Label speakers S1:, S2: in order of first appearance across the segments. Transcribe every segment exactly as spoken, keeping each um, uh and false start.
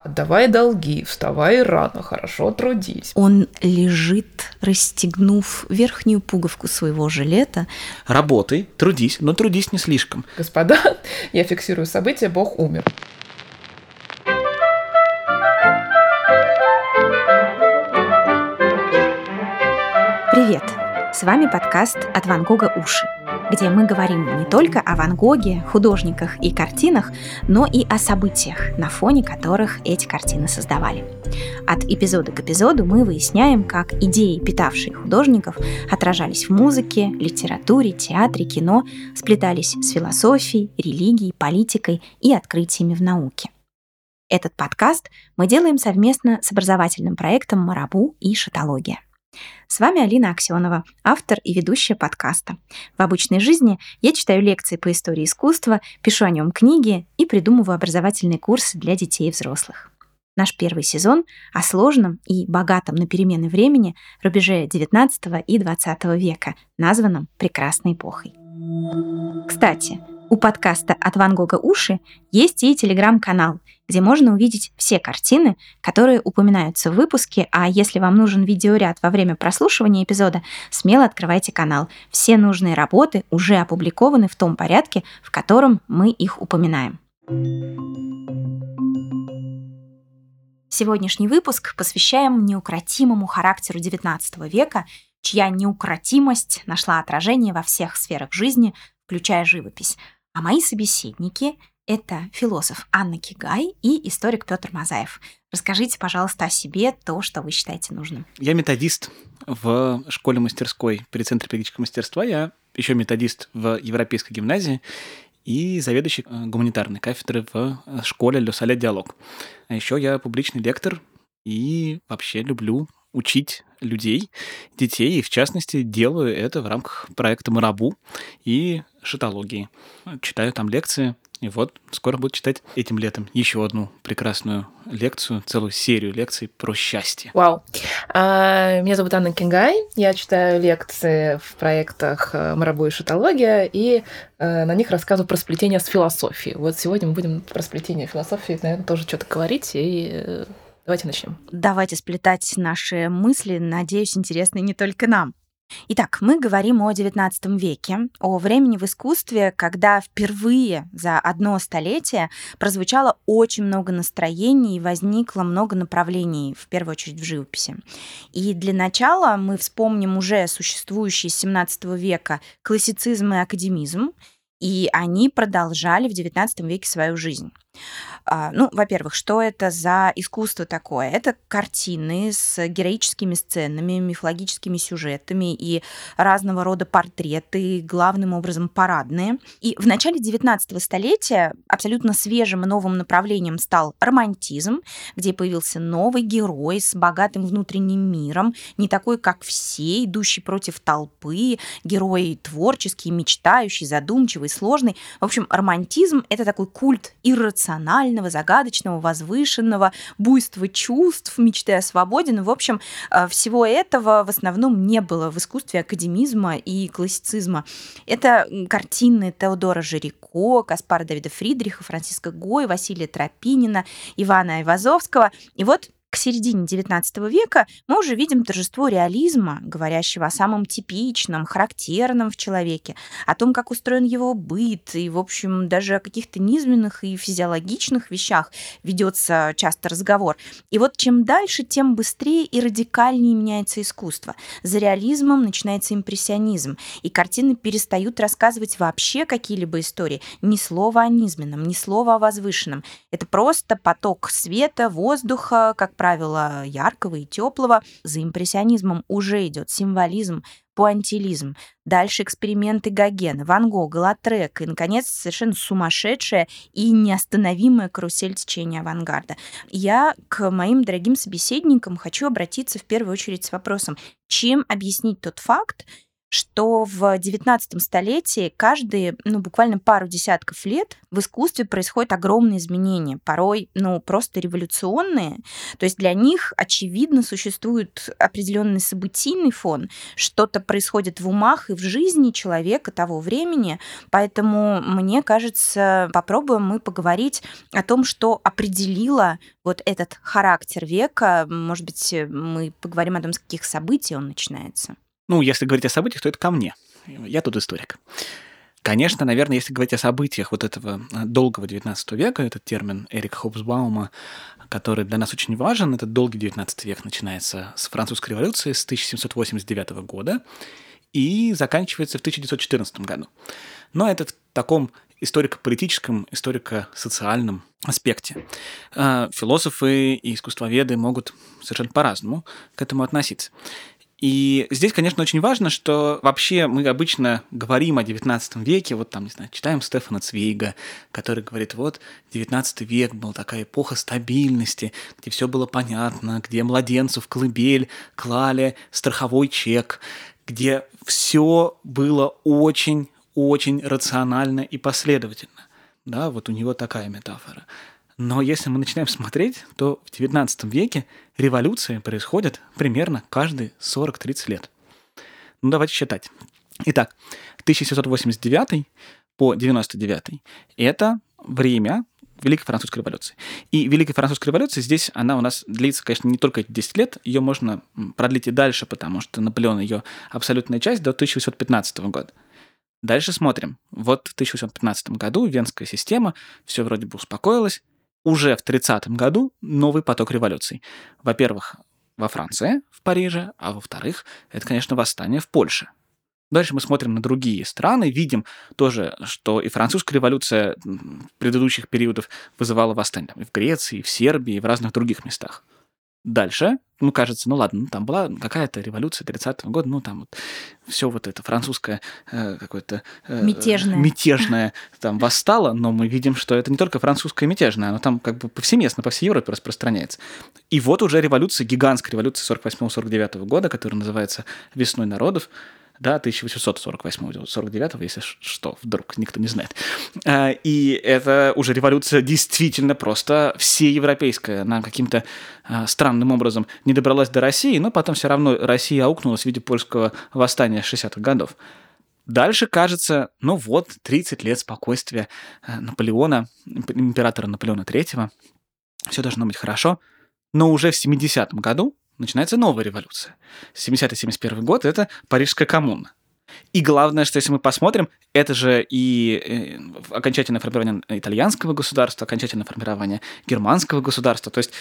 S1: Отдавай долги, вставай рано, хорошо трудись.
S2: Он лежит, расстегнув верхнюю пуговку своего жилета.
S3: Работай, трудись, но трудись не слишком.
S1: Господа, я фиксирую события, Бог умер.
S2: Привет! С вами подкаст «От Ван Гога уши», где мы говорим не только о Ван Гоге, художниках и картинах, но и о событиях, на фоне которых эти картины создавали. От эпизода к эпизоду мы выясняем, как идеи, питавшие художников, отражались в музыке, литературе, театре, кино, сплетались с философией, религией, политикой и открытиями в науке. Этот подкаст мы делаем совместно с образовательным проектом «Марабу» и «Шотология». С вами Алина Аксенова, автор и ведущая подкаста. В обычной жизни я читаю лекции по истории искусства, пишу о нем книги и придумываю образовательные курсы для детей и взрослых. Наш первый сезон о сложном и богатом на перемены времени рубеже девятнадцатого и двадцатого века, названном «Прекрасной эпохой». Кстати, у подкаста «От Ван Гога уши» есть и телеграм-канал, где можно увидеть все картины, которые упоминаются в выпуске, а если вам нужен видеоряд во время прослушивания эпизода, смело открывайте канал. Все нужные работы уже опубликованы в том порядке, в котором мы их упоминаем. Сегодняшний выпуск посвящаем неукротимому характеру девятнадцатого века, чья неукротимость нашла отражение во всех сферах жизни, включая живопись. А мои собеседники — это философ Анна Кигай и историк Петр Мазаев. Расскажите, пожалуйста, о себе то, что вы считаете нужным.
S3: Я методист в школе-мастерской при Центре педагогического мастерства. Я еще методист в Европейской гимназии и заведующий гуманитарной кафедры в школе «Ле Соле Диалог». А еще я публичный лектор и вообще люблю учить людей, детей, и в частности делаю это в рамках проекта «Марабу» и «Шотологии». Читаю там лекции, и вот скоро буду читать этим летом еще одну прекрасную лекцию, целую серию лекций про счастье.
S1: Вау! А, меня зовут Анна Кигай, я читаю лекции в проектах «Марабу» и «Шотология», и а, на них рассказываю про сплетение с философией. Вот сегодня мы будем про сплетение философии, наверное, тоже что-то говорить, и давайте начнем.
S2: Давайте сплетать наши мысли, надеюсь, интересные не только нам. Итак, мы говорим о девятнадцатом веке, о времени в искусстве, когда впервые за одно столетие прозвучало очень много настроений и возникло много направлений, в первую очередь в живописи. И для начала мы вспомним уже существующие с семнадцатого века классицизм и академизм, и они продолжали в девятнадцатом веке свою жизнь. Ну, во-первых, что это за искусство такое? Это картины с героическими сценами, мифологическими сюжетами и разного рода портреты, главным образом парадные. И в начале девятнадцатого столетия абсолютно свежим и новым направлением стал романтизм, где появился новый герой с богатым внутренним миром, не такой, как все, идущий против толпы, герой творческий, мечтающий, задумчивый, сложный. В общем, романтизм — это такой культ иррационального, загадочного, возвышенного, буйства чувств, мечты о свободе. Ну, в общем, всего этого в основном не было в искусстве академизма и классицизма. Это картины Теодора Жирико, Каспара Давида Фридриха, Франциска Гоя, Василия Тропинина, Ивана Айвазовского. И вот к середине девятнадцатого века мы уже видим торжество реализма, говорящего о самом типичном, характерном в человеке, о том, как устроен его быт, и, в общем, даже о каких-то низменных и физиологичных вещах ведется часто разговор. И вот чем дальше, тем быстрее и радикальнее меняется искусство. За реализмом начинается импрессионизм, и картины перестают рассказывать вообще какие-либо истории. Ни слова о низменном, ни слова о возвышенном. Это просто поток света, воздуха, как правило, яркого и теплого. За импрессионизмом уже идет символизм, пуантилизм. Дальше эксперименты Гогена, Ван Гога, Латрека и, наконец, совершенно сумасшедшая и неостановимая карусель течения авангарда. Я к моим дорогим собеседникам хочу обратиться в первую очередь с вопросом, чем объяснить тот факт, что в девятнадцатом столетии каждые, ну, буквально пару десятков лет в искусстве происходят огромные изменения, порой, ну, просто революционные. То есть для них, очевидно, существует определенный событийный фон, что-то происходит в умах и в жизни человека того времени, поэтому, мне кажется, попробуем мы поговорить о том, что определило вот этот характер века. Может быть, мы поговорим о том, с каких событий он начинается.
S3: Ну, если говорить о событиях, то это ко мне. Я тут историк. Конечно, наверное, если говорить о событиях вот этого долгого девятнадцатого века, этот термин Эрика Хобсбаума, который для нас очень важен, этот долгий девятнадцатый век начинается с французской революции с тысяча семьсот восемьдесят девятого года и заканчивается в тысяча девятьсот четырнадцатом году. Но это в таком историко-политическом, историко-социальном аспекте. Философы и искусствоведы могут совершенно по-разному к этому относиться. И здесь, конечно, очень важно, что вообще мы обычно говорим о девятнадцатом веке, вот там, не знаю, читаем Стефана Цвейга, который говорит, вот, девятнадцатый век был такая эпоха стабильности, где все было понятно, где младенцу в колыбель клали страховой чек, где все было очень-очень рационально и последовательно. Да, вот у него такая метафора. Но если мы начинаем смотреть, то в девятнадцатом веке революции происходят примерно каждые сорок-тридцать лет. Ну, давайте считать. Итак, тысяча семьсот восемьдесят девятый по девяносто девятый – это время Великой Французской революции. И Великая Французская революция здесь, она у нас длится, конечно, не только десять лет, ее можно продлить и дальше, потому что Наполеон ее абсолютная часть до тысяча восемьсот пятнадцатого года. Дальше смотрим. Вот в тысяча восемьсот пятнадцатом году Венская система, все вроде бы успокоилось. Уже в тридцатом году новый поток революций. Во-первых, во Франции, в Париже, а во-вторых, это, конечно, восстание в Польше. Дальше мы смотрим на другие страны, видим тоже, что и французская революция предыдущих периодов вызывала восстание там, и в Греции, и в Сербии, и в разных других местах. Дальше, ну, кажется, ну ладно, ну, там была какая-то революция тридцатого года, ну, там вот все вот это французское э, какое-то... Э,
S2: мятежное.
S3: Мятежное там восстало, но мы видим, что это не только французское мятежное, оно там как бы повсеместно по всей Европе распространяется. И вот уже революция, гигантская революция сорок восьмого сорок девятого года, которая называется «Весной народов», да, тысяча восемьсот сорок восьмого сорок девятого, если что, вдруг никто не знает. И это уже революция действительно просто всеевропейская. Она каким-то странным образом не добралась до России, но потом все равно Россия аукнулась в виде польского восстания шестидесятых годов. Дальше, кажется, ну вот, тридцать лет спокойствия Наполеона, императора Наполеона третьего. Все должно быть хорошо. Но уже в семидесятом году начинается новая революция. семидесятый семьдесят первый год – это Парижская коммуна. И главное, что если мы посмотрим, это же и окончательное формирование итальянского государства, окончательное формирование германского государства. То есть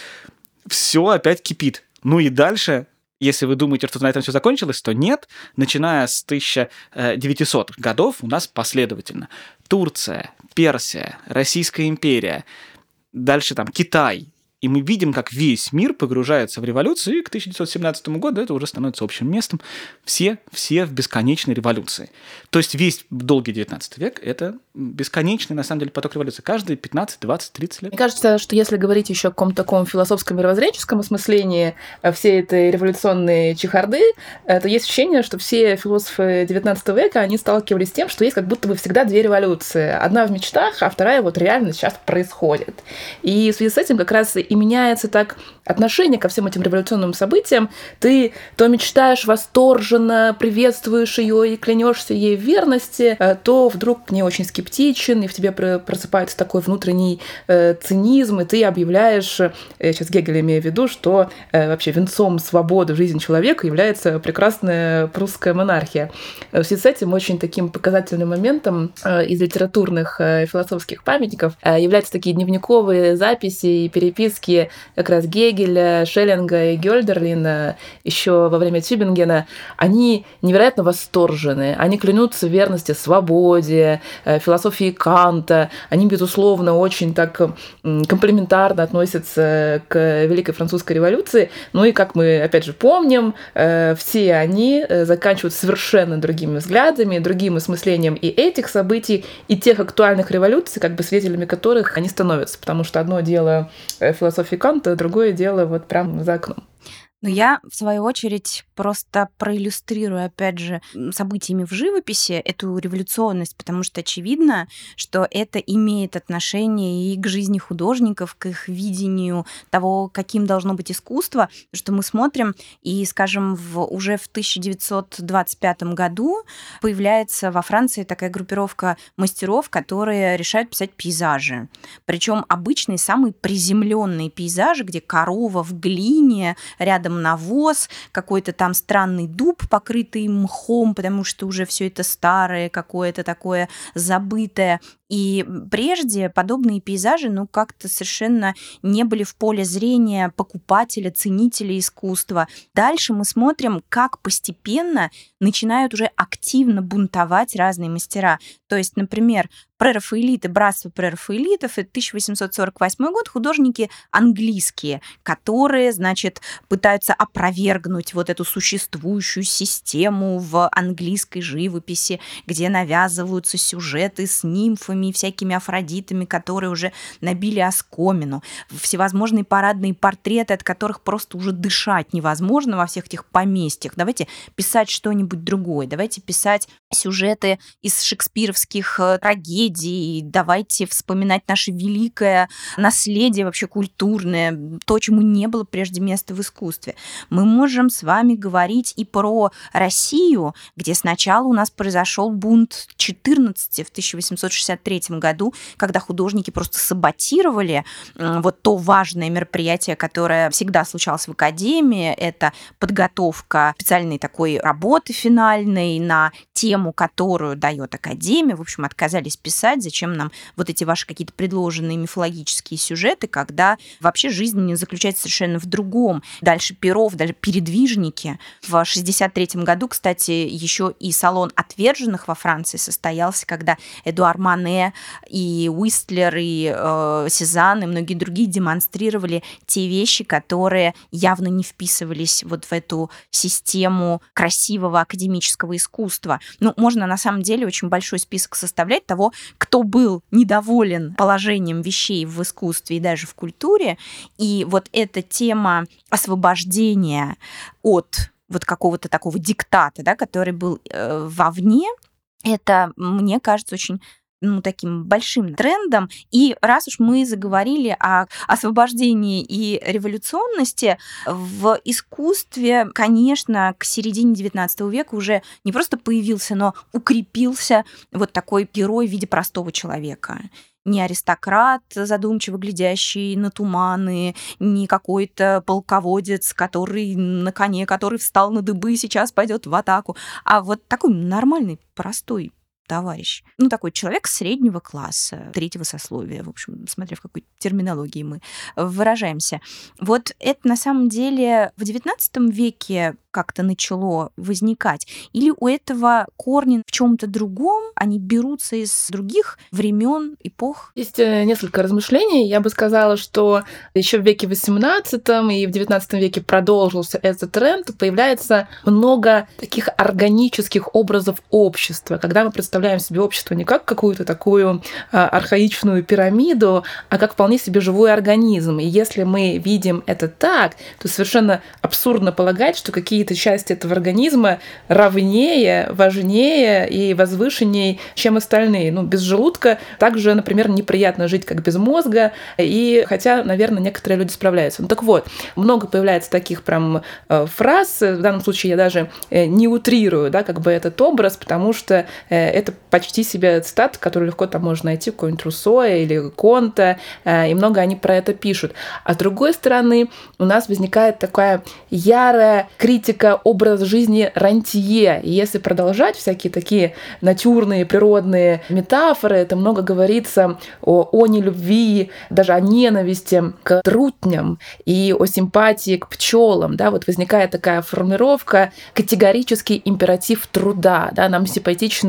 S3: все опять кипит. Ну и дальше, если вы думаете, что на этом все закончилось, то нет. Начиная с тысяча девятисотых годов у нас последовательно Турция, Персия, Российская империя, дальше там Китай. И мы видим, как весь мир погружается в революцию, и к тысяча девятьсот семнадцатому году это уже становится общим местом. Все, все в бесконечной революции. То есть весь долгий девятнадцатый век – это бесконечный, на самом деле, поток революции. Каждые пятнадцать, двадцать, тридцать лет.
S1: Мне кажется, что если говорить еще о каком-то таком философском мировоззренческом осмыслении всей этой революционной чехарды, то есть ощущение, что все философы девятнадцатого века, они сталкивались с тем, что есть как будто бы всегда две революции. Одна в мечтах, а вторая вот реально сейчас происходит. И в связи с этим как раз и меняется так отношение ко всем этим революционным событиям. Ты то мечтаешь восторженно, приветствуешь ее и клянешься ей в верности, то вдруг к ней очень скептичен, и в тебе просыпается такой внутренний э, цинизм, и ты объявляешь, я сейчас Гегеля имею в виду, что э, вообще венцом свободы в жизни человека является прекрасная прусская монархия. В связи с этим очень таким показательным моментом э, из литературных э, философских памятников э, являются такие дневниковые записи и переписки как раз Гегеля, Шеллинга и Гёльдерлина еще во время Тюбингена. Они невероятно восторжены, они клянутся в верности свободе, э, философии Канта, они, безусловно, очень так комплиментарно относятся к Великой Французской революции. Ну и, как мы, опять же, помним, э, все они заканчивают совершенно другими взглядами, другим осмыслением и этих событий, и тех актуальных революций, как бы свидетелями которых они становятся. Потому что одно дело философии Канта, другое дело вот прямо за окном.
S2: Но я, в свою очередь, просто проиллюстрирую, опять же, событиями в живописи эту революционность, потому что очевидно, что это имеет отношение и к жизни художников, к их видению того, каким должно быть искусство, что мы смотрим, и, скажем, в, уже в тысяча девятьсот двадцать пятом году появляется во Франции такая группировка мастеров, которые решают писать пейзажи. Причем обычные, самые приземленные пейзажи, где корова в глине, рядом навоз, какой-то там странный дуб, покрытый мхом, потому что уже все это старое, какое-то такое забытое. И прежде подобные пейзажи, ну, как-то совершенно не были в поле зрения покупателя, ценителя искусства. Дальше мы смотрим, как постепенно начинают уже активно бунтовать разные мастера. То есть, например, прерафаэлиты, братство прерафаэлитов, это тысяча восемьсот сорок восьмой год, художники английские, которые, значит, пытаются опровергнуть вот эту существующую систему в английской живописи, где навязываются сюжеты с нимфами, всякими афродитами, которые уже набили оскомину, всевозможные парадные портреты, от которых просто уже дышать невозможно во всех этих поместьях. Давайте писать что-нибудь другое, давайте писать сюжеты из шекспировских трагедий, давайте вспоминать наше великое наследие вообще культурное, то, чему не было прежде места в искусстве. Мы можем с вами говорить и про Россию, где сначала у нас произошел бунт четырнадцати в тысяча восемьсот шестьдесят третьем году, когда художники просто саботировали вот то важное мероприятие, которое всегда случалось в академии, это подготовка специальной такой работы финальной на тему, которую дает академия. В общем, отказались писать, зачем нам вот эти ваши какие-то предложенные мифологические сюжеты, когда вообще жизнь заключается совершенно в другом. Дальше Перов, даже передвижники. В шестьдесят третьем году, кстати, еще и салон отверженных во Франции состоялся, когда Эдуар Мане и Уистлер, и э, Сезанн, и многие другие демонстрировали те вещи, которые явно не вписывались вот в эту систему красивого академического искусства. Ну, можно на самом деле очень большой список составлять того, кто был недоволен положением вещей в искусстве и даже в культуре. И вот эта тема освобождения от вот какого-то такого диктата, да, который был э, вовне, это, мне кажется, очень ну, таким большим трендом. И раз уж мы заговорили о освобождении и революционности, в искусстве, конечно, к середине девятнадцатого века уже не просто появился, но укрепился вот такой герой в виде простого человека. Не аристократ, задумчиво глядящий на туманы, не какой-то полководец, который на коне, который встал на дыбы и сейчас пойдет в атаку, а вот такой нормальный, простой товарищ. Ну, такой человек среднего класса, третьего сословия, в общем, смотря в какой терминологии мы выражаемся. Вот это на самом деле в девятнадцатом веке как-то начало возникать? Или у этого корни в чем-то другом, они берутся из других времен, эпох?
S1: Есть несколько размышлений. Я бы сказала, что еще в веке восемнадцатом и в девятнадцатом веке продолжился этот тренд. Появляется много таких органических образов общества, когда мы представляем себе общество не как какую-то такую архаичную пирамиду, а как вполне себе живой организм. И если мы видим это так, то совершенно абсурдно полагать, что какие-то части этого организма равнее, важнее и возвышеннее, чем остальные. Ну, без желудка также, например, неприятно жить, как без мозга, и хотя, наверное, некоторые люди справляются. Ну так вот, много появляется таких прям фраз, в данном случае я даже не утрирую, да, как бы этот образ, потому что это почти себе цитаты, которые легко там можно найти, какой-нибудь Руссо или Конта, и много они про это пишут. А с другой стороны, у нас возникает такая ярая критика образа жизни рантье. И если продолжать всякие такие натюрные, природные метафоры, это много говорится о, о нелюбви, даже о ненависти к трутням и о симпатии к пчелам. Да? Вот возникает такая формулировка категорический императив труда. Да? Нам симпатичны оба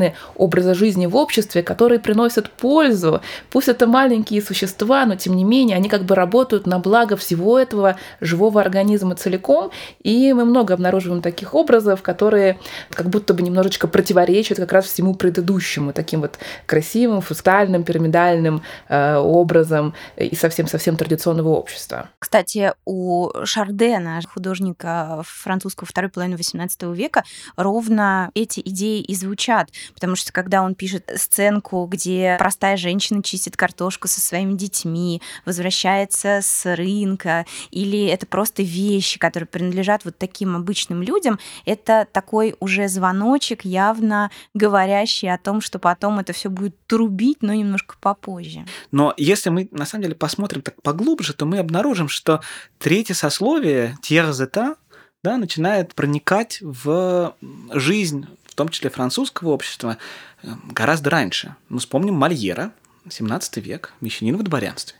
S1: образа жизни в обществе, которые приносят пользу. Пусть это маленькие существа, но тем не менее они как бы работают на благо всего этого живого организма целиком. И мы много обнаруживаем таких образов, которые как будто бы немножечко противоречат как раз всему предыдущему, таким вот красивым, фрустальным, пирамидальным э, образом и совсем-совсем традиционного общества.
S2: Кстати, у Шардена, художника французского второй половины восемнадцатого века, ровно эти идеи и звучат, потому что когда он пишет сценку, где простая женщина чистит картошку со своими детьми, возвращается с рынка, или это просто вещи, которые принадлежат вот таким обычным людям, это такой уже звоночек, явно говорящий о том, что потом это все будет трубить, но немножко попозже.
S3: Но если мы на самом деле посмотрим так поглубже, то мы обнаружим, что третье сословие, тьерзета, да, начинает проникать в жизнь, в том числе французского общества, гораздо раньше. Ну, вспомним Мольера, семнадцатый век, мещанин во дворянстве.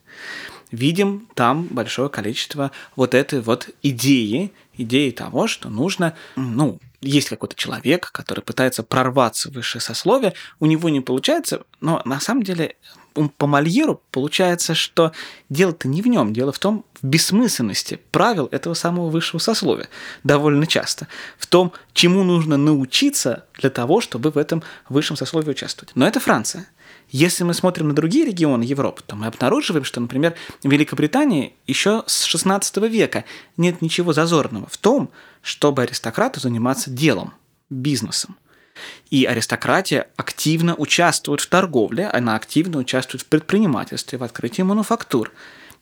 S3: Видим там большое количество вот этой вот идеи, идеи того, что нужно, ну, есть какой-то человек, который пытается прорваться в высшее сословие, у него не получается, но на самом деле по Мольеру получается, что дело-то не в нем, дело в том, в бессмысленности правил этого самого высшего сословия довольно часто, в том, чему нужно научиться для того, чтобы в этом высшем сословии участвовать. Но это Франция. Если мы смотрим на другие регионы Европы, то мы обнаруживаем, что, например, в Великобритании еще с шестнадцатого века нет ничего зазорного в том, чтобы аристократу заниматься делом, бизнесом. И аристократия активно участвует в торговле, она активно участвует в предпринимательстве, в открытии мануфактур.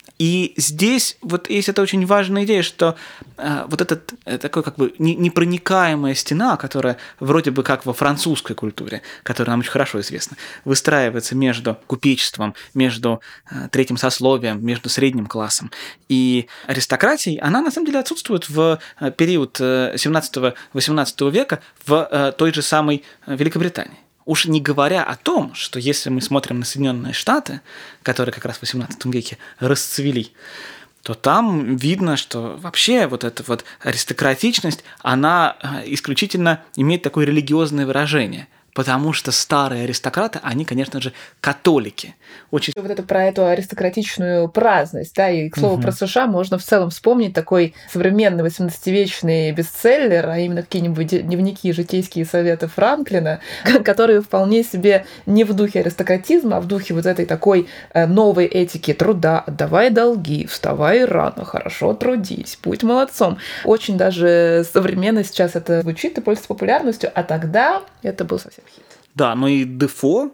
S3: И здесь вот есть эта очень важная идея, что э, вот эта такая как бы непроникаемая стена, которая вроде бы как во французской культуре, которая нам очень хорошо известна, выстраивается между купечеством, между э, третьим сословием, между средним классом и аристократией, она на самом деле отсутствует в период семнадцатого-восемнадцатого века в э, той же самой Великобритании. Уж не говоря о том, что если мы смотрим на Соединенные Штаты, которые как раз в восемнадцатом веке расцвели, то там видно, что вообще вот эта вот аристократичность, она исключительно имеет такое религиозное выражение. Потому что старые аристократы, они, конечно же, католики. Очень...
S1: Вот это про эту аристократичную праздность, да, и, к слову, угу. про США можно в целом вспомнить такой современный восемнадцативечный бестселлер, а именно какие-нибудь дневники «Житейские советы» Франклина, которые вполне себе не в духе аристократизма, а в духе вот этой такой новой этики труда. Отдавай долги, вставай рано, хорошо трудись, будь молодцом. Очень даже современно сейчас это звучит и пользуется популярностью, а тогда это был совсем хит.
S3: Да, но и Дефо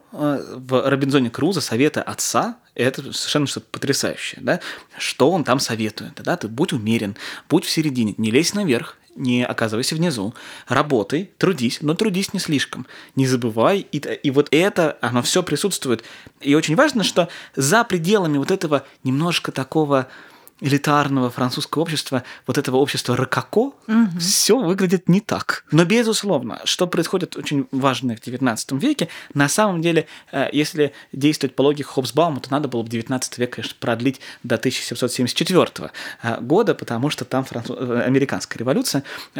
S3: в «Робинзоне Крузо» «Советы отца» — это совершенно что-то потрясающее, да? Что он там советует? Да? Ты будь умерен, будь в середине, не лезь наверх, не оказывайся внизу, работай, трудись, но трудись не слишком, не забывай, и, и вот это, оно все присутствует. И очень важно, что за пределами вот этого немножко такого элитарного французского общества, вот этого общества рококо, угу. все выглядит не так. Но, безусловно, что происходит очень важное в девятнадцатом веке, на самом деле, если действовать по логике Хобсбаума, то надо было бы девятнадцатый век, конечно, продлить до тысяча семьсот семьдесят четвёртого года, потому что там француз... американская революция,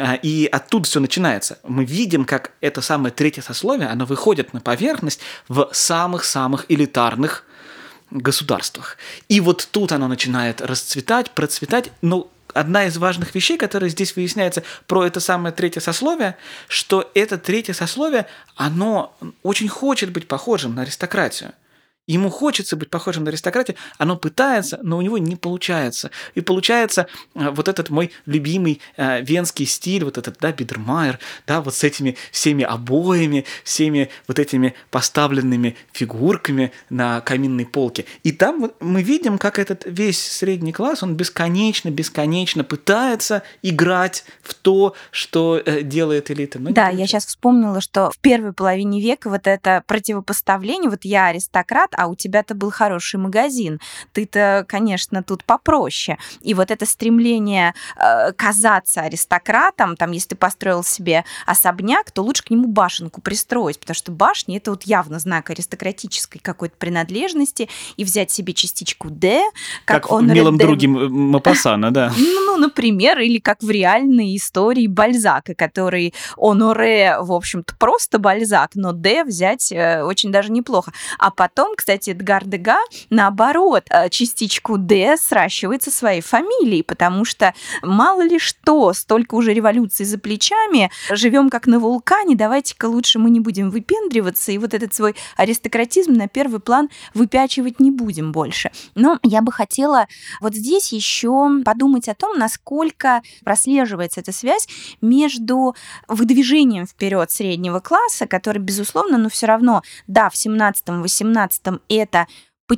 S3: и оттуда все начинается. Мы видим, как это самое третье сословие, оно выходит на поверхность в самых-самых элитарных государствах. И вот тут оно начинает расцветать, процветать. Но одна из важных вещей, которая здесь выясняется про это самое третье сословие, что это третье сословие, оно очень хочет быть похожим на аристократию. Ему хочется быть похожим на аристократию, оно пытается, но у него не получается. И получается вот этот мой любимый э, венский стиль, вот этот, да, Бидермайер, да, вот с этими всеми обоями, всеми вот этими поставленными фигурками на каминной полке. И там вот мы видим, как этот весь средний класс, он бесконечно, бесконечно пытается играть в то, что э, делает элита. Но
S2: да, я сейчас вспомнила, что в первой половине века вот это противопоставление, вот я аристократ, а у тебя-то был хороший магазин. Ты-то, конечно, тут попроще. И вот это стремление э, казаться аристократом, там, если ты построил себе особняк, то лучше к нему башенку пристроить, потому что башня — это вот явно знак аристократической какой-то принадлежности, и взять себе частичку «Д», как,
S3: как
S2: он
S3: в «Милом друге» Мопассана, да.
S2: Ну, например, или как в реальной истории Бальзака, который Оноре, в общем-то, просто Бальзак, но «Д» взять очень даже неплохо. А потом, кстати, Эдгар Дега, наоборот, частичку «Д» сращивает со своей фамилией, потому что мало ли что, столько уже революций за плечами, живем как на вулкане, давайте-ка лучше мы не будем выпендриваться, и вот этот свой аристократизм на первый план выпячивать не будем больше. Но я бы хотела вот здесь еще подумать о том, насколько прослеживается эта связь между выдвижением вперед среднего класса, который, безусловно, но все равно, да, в семнадцатом-восемнадцатом это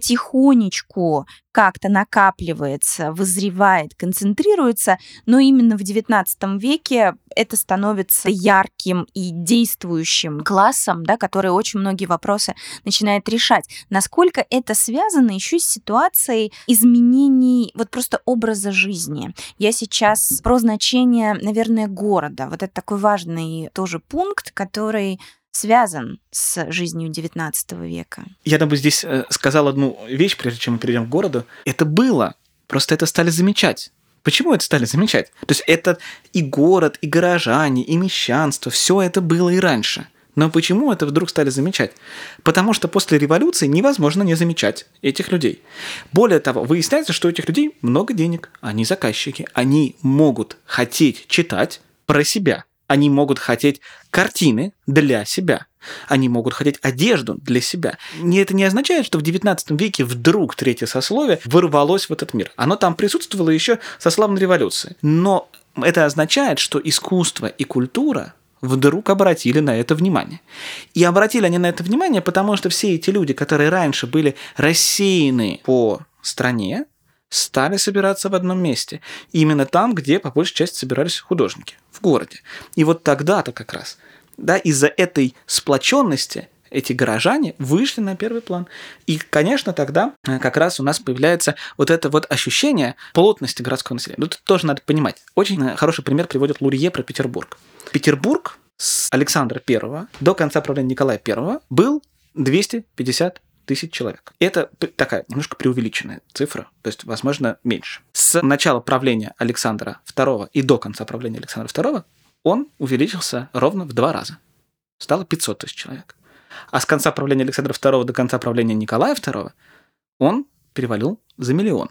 S2: потихонечку как-то накапливается, вызревает, концентрируется, но именно в девятнадцатом веке это становится ярким и действующим классом, да, который очень многие вопросы начинает решать. Насколько это связано еще с ситуацией изменений вот просто образа жизни. Я сейчас про значение, наверное, города. Вот это такой важный тоже пункт, который связан с жизнью девятнадцатого века.
S3: Я бы здесь сказал одну вещь, прежде чем мы перейдем к городу. Это было, просто это стали замечать. Почему это стали замечать? То есть это и город, и горожане, и мещанство, все это было и раньше. Но почему это вдруг стали замечать? Потому что после революции невозможно не замечать этих людей. Более того, выясняется, что у этих людей много денег, они заказчики, они могут хотеть читать про себя. Они могут хотеть картины для себя. Они могут хотеть одежду для себя. И это не означает, что в девятнадцатом веке вдруг третье сословие ворвалось в этот мир. Оно там присутствовало еще со славной революции. Но это означает, что искусство и культура вдруг обратили на это внимание. И обратили они на это внимание, потому что все эти люди, которые раньше были рассеяны по стране, стали собираться в одном месте. Именно там, где по большей части собирались художники, в городе. И вот тогда-то как раз, да, из-за этой сплоченности эти горожане вышли на первый план. И, конечно, тогда как раз у нас появляется вот это вот ощущение плотности городского населения. Тут тоже надо понимать. Очень хороший пример приводит Лурье про Петербург. Петербург с Александра Первого до конца правления Николая Первого был двести пятьдесят тысяч человек. Это такая немножко преувеличенная цифра, то есть, возможно, меньше. С начала правления Александра Второго и до конца правления Александра Второго он увеличился ровно в два раза. Стало пятьсот тысяч человек. А с конца правления Александра Второго до конца правления Николая Второго он перевалил за миллион.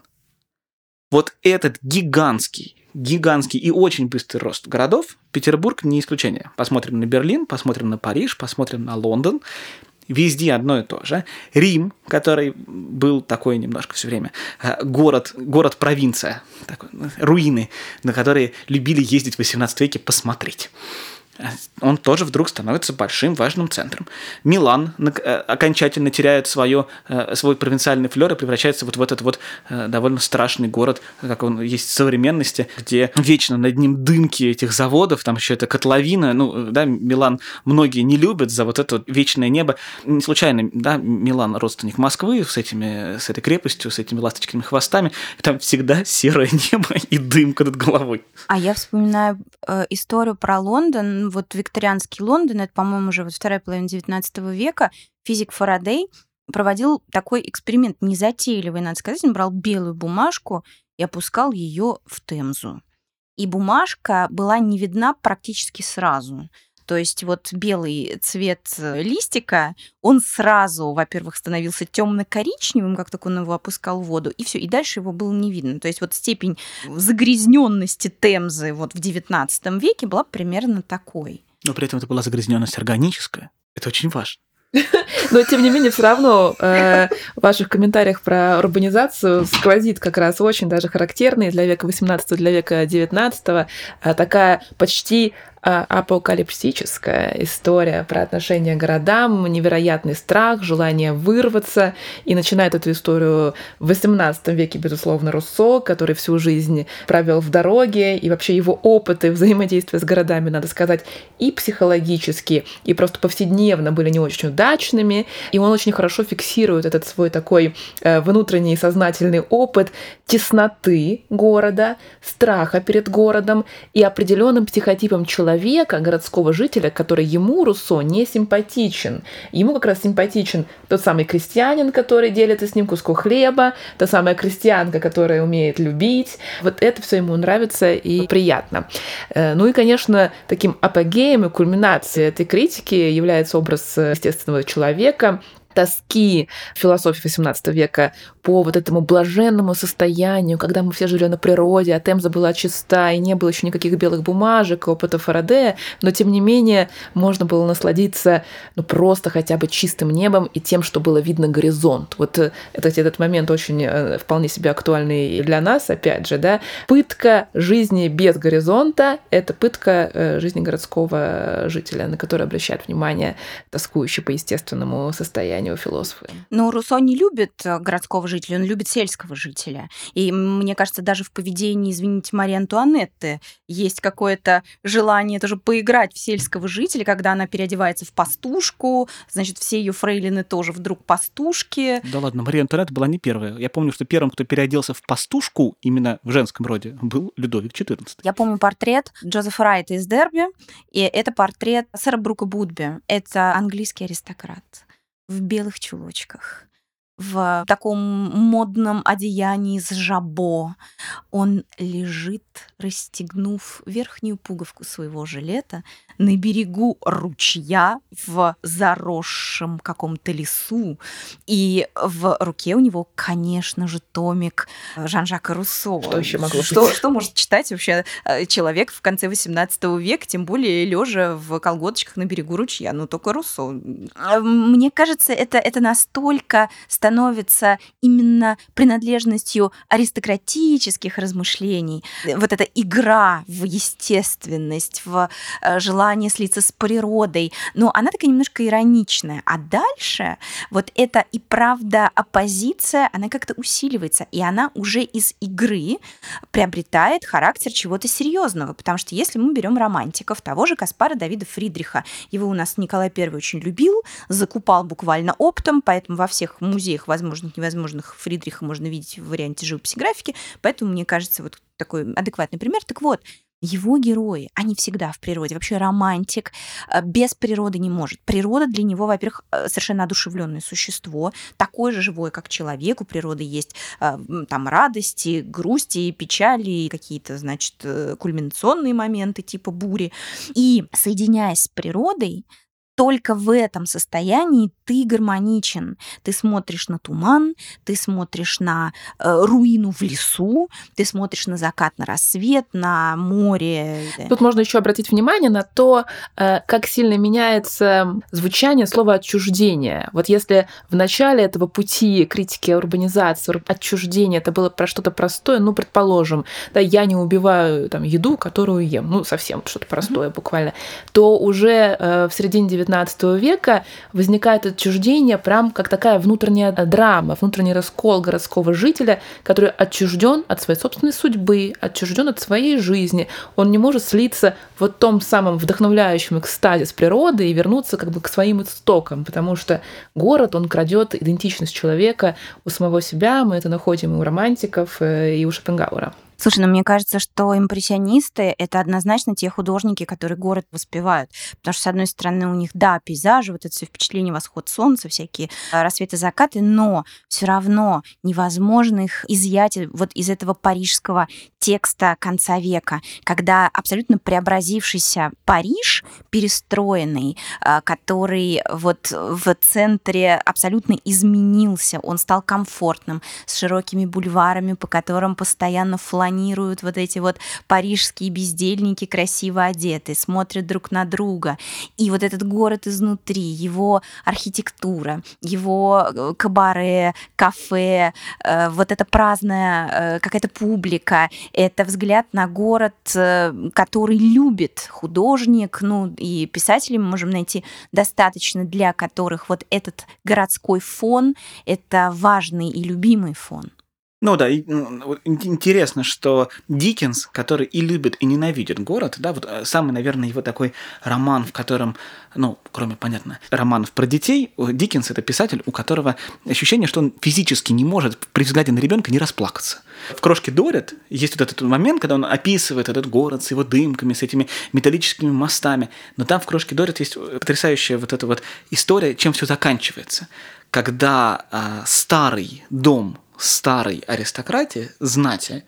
S3: Вот этот гигантский, гигантский и очень быстрый рост городов, Петербург не исключение. Посмотрим на Берлин, посмотрим на Париж, посмотрим на Лондон. Везде одно и то же. Рим, который был такой немножко все время, город, город-провинция, такой, руины, на которые любили ездить в восемнадцатом веке посмотреть. Он тоже вдруг становится большим важным центром. Милан окончательно теряет свое, свой провинциальный флёр и превращается вот в этот вот довольно страшный город, как он есть в современности, где вечно над ним дымки этих заводов, там еще это котловина. Ну, да, Милан многие не любят за вот это вот вечное небо. Не случайно, да, Милан родственник Москвы с, этими, с этой крепостью, с этими ласточкиными хвостами. Там всегда серое небо и дымка над головой.
S2: А я вспоминаю э, историю про Лондон. Вот викторианский Лондон, это, по-моему, уже вот вторая половина девятнадцатого века, физик Фарадей проводил такой эксперимент незатейливый, надо сказать. Он брал белую бумажку и опускал ее в Темзу. И бумажка была не видна практически сразу. То есть вот белый цвет листика, он сразу, во-первых, становился темно-коричневым, как только он его опускал в воду, и все, и дальше его было не видно. То есть вот степень загрязненности Темзы вот в девятнадцатом веке была примерно такой.
S3: Но при этом это была загрязненность органическая. Это очень важно.
S1: Но, тем не менее, все равно э, в ваших комментариях про урбанизацию сквозит как раз очень даже характерный для века восемнадцатого, для века девятнадцатого э, такая почти а, апокалиптическая история про отношение к городам, невероятный страх, желание вырваться. И начинает эту историю в восемнадцатом веке, безусловно, Руссо, который всю жизнь провел в дороге, и вообще его опыты взаимодействия с городами, надо сказать, и психологически, и просто повседневно были не очень удачными. И он очень хорошо фиксирует этот свой такой э, внутренний сознательный опыт тесноты города, страха перед городом и определенным психотипом человека, городского жителя, который ему, Руссо, не симпатичен. Ему как раз симпатичен тот самый крестьянин, который делится с ним куском хлеба, та самая крестьянка, которая умеет любить. Вот это все ему нравится и приятно. Ну и, конечно, таким апогеем и кульминацией этой критики является образ естественного человека, тоски философии восемнадцатого века по вот этому блаженному состоянию, когда мы все жили на природе, а Темза была чиста, и не было еще никаких белых бумажек, опыта Фарадея, но тем не менее можно было насладиться ну, просто хотя бы чистым небом и тем, что было видно горизонт. Вот этот, этот момент очень вполне себе актуальный и для нас, опять же, да. Пытка жизни без горизонта — это пытка жизни городского жителя, на который обращает внимание тоскующий по естественному состоянию философы.
S2: Но Руссо не любит городского жителя, он любит сельского жителя. И мне кажется, даже в поведении, извините, Марии Антуанетты есть какое-то желание тоже поиграть в сельского жителя, когда она переодевается в пастушку, значит, все ее фрейлины тоже вдруг пастушки.
S3: Да ладно, Мария Антуанетта была не первая. Я помню, что первым, кто переоделся в пастушку, именно в женском роде, был Людовик четырнадцатый.
S2: Я помню портрет Джозефа Райта из Дерби, и это портрет сэра Брука Будби. Это английский аристократ в белых чулочках, в таком модном одеянии с жабо. Он лежит, расстегнув верхнюю пуговку своего жилета на берегу ручья в заросшем каком-то лесу. И в руке у него, конечно же, томик Жан-Жака Руссо.
S1: Что еще могло
S2: что,
S1: быть?
S2: Что может читать вообще человек в конце восемнадцатого века, тем более лежа в колготочках на берегу ручья? Ну, только Руссо. Мне кажется, это, это настолько становится именно принадлежностью аристократических размышлений. Вот эта игра в естественность, в желание слиться с природой. Но она такая немножко ироничная. А дальше вот эта и правда оппозиция, она как-то усиливается. И она уже из игры приобретает характер чего-то серьезного. Потому что если мы берем романтиков, того же Каспара Давида Фридриха, его у нас Николай Первый очень любил, закупал буквально оптом, поэтому во всех музеях возможных, невозможных Фридриха можно видеть в варианте живописи графики. Поэтому, мне кажется, вот такой адекватный пример. Так вот, его герои, они всегда в природе. Вообще романтик без природы не может. Природа для него, во-первых, совершенно одушевленное существо, такое же живое, как человек. У природы есть там радости, грусти, печали, какие-то, значит, кульминационные моменты типа бури. И соединяясь с природой, только в этом состоянии ты гармоничен. Ты смотришь на туман, ты смотришь на э, руину в лесу, ты смотришь на закат, на рассвет, на море.
S1: Тут можно еще обратить внимание на то, э, как сильно меняется звучание слова «отчуждение». Вот если в начале этого пути критики урбанизации, отчуждения, это было про что-то простое, ну, предположим, да, я не убиваю там еду, которую ем, ну, совсем что-то простое mm-hmm. буквально, то уже э, в середине девятнадцатого века возникает отчуждение прям как такая внутренняя драма, внутренний раскол городского жителя, который отчужден от своей собственной судьбы, отчужден от своей жизни. Он не может слиться в вот том самом вдохновляющем экстазе с природой и вернуться как бы к своим истокам, потому что город, он крадет идентичность человека у самого себя. Мы это находим и у романтиков, и у Шопенгауэра.
S2: Слушай, ну мне кажется, что импрессионисты — это однозначно те художники, которые город воспевают. Потому что, с одной стороны, у них, да, пейзажи, вот это все впечатление, восход солнца, всякие рассветы, закаты, но все равно невозможно их изъять вот из этого парижского текста конца века, когда абсолютно преобразившийся Париж, перестроенный, который вот в центре абсолютно изменился, он стал комфортным, с широкими бульварами, по которым постоянно фланировали фланируют вот эти вот парижские бездельники, красиво одеты, смотрят друг на друга. И вот этот город изнутри, его архитектура, его кабаре, кафе, вот эта праздная какая-то публика, это взгляд на город, который любит художник, ну и писателей мы можем найти достаточно, для которых вот этот городской фон — это важный и любимый фон.
S3: Ну да, и, ну, интересно, что Диккенс, который и любит, и ненавидит город, да, вот самый, наверное, его такой роман, в котором, ну, кроме, понятно, романов про детей, Диккенс — это писатель, у которого ощущение, что он физически не может при взгляде на ребенка не расплакаться. В «Крошке Дорит» есть вот этот момент, когда он описывает этот город с его дымками, с этими металлическими мостами, но там в «Крошке Дорит» есть потрясающая вот эта вот история, чем все заканчивается. Когда а, старый дом старой аристократии, знати,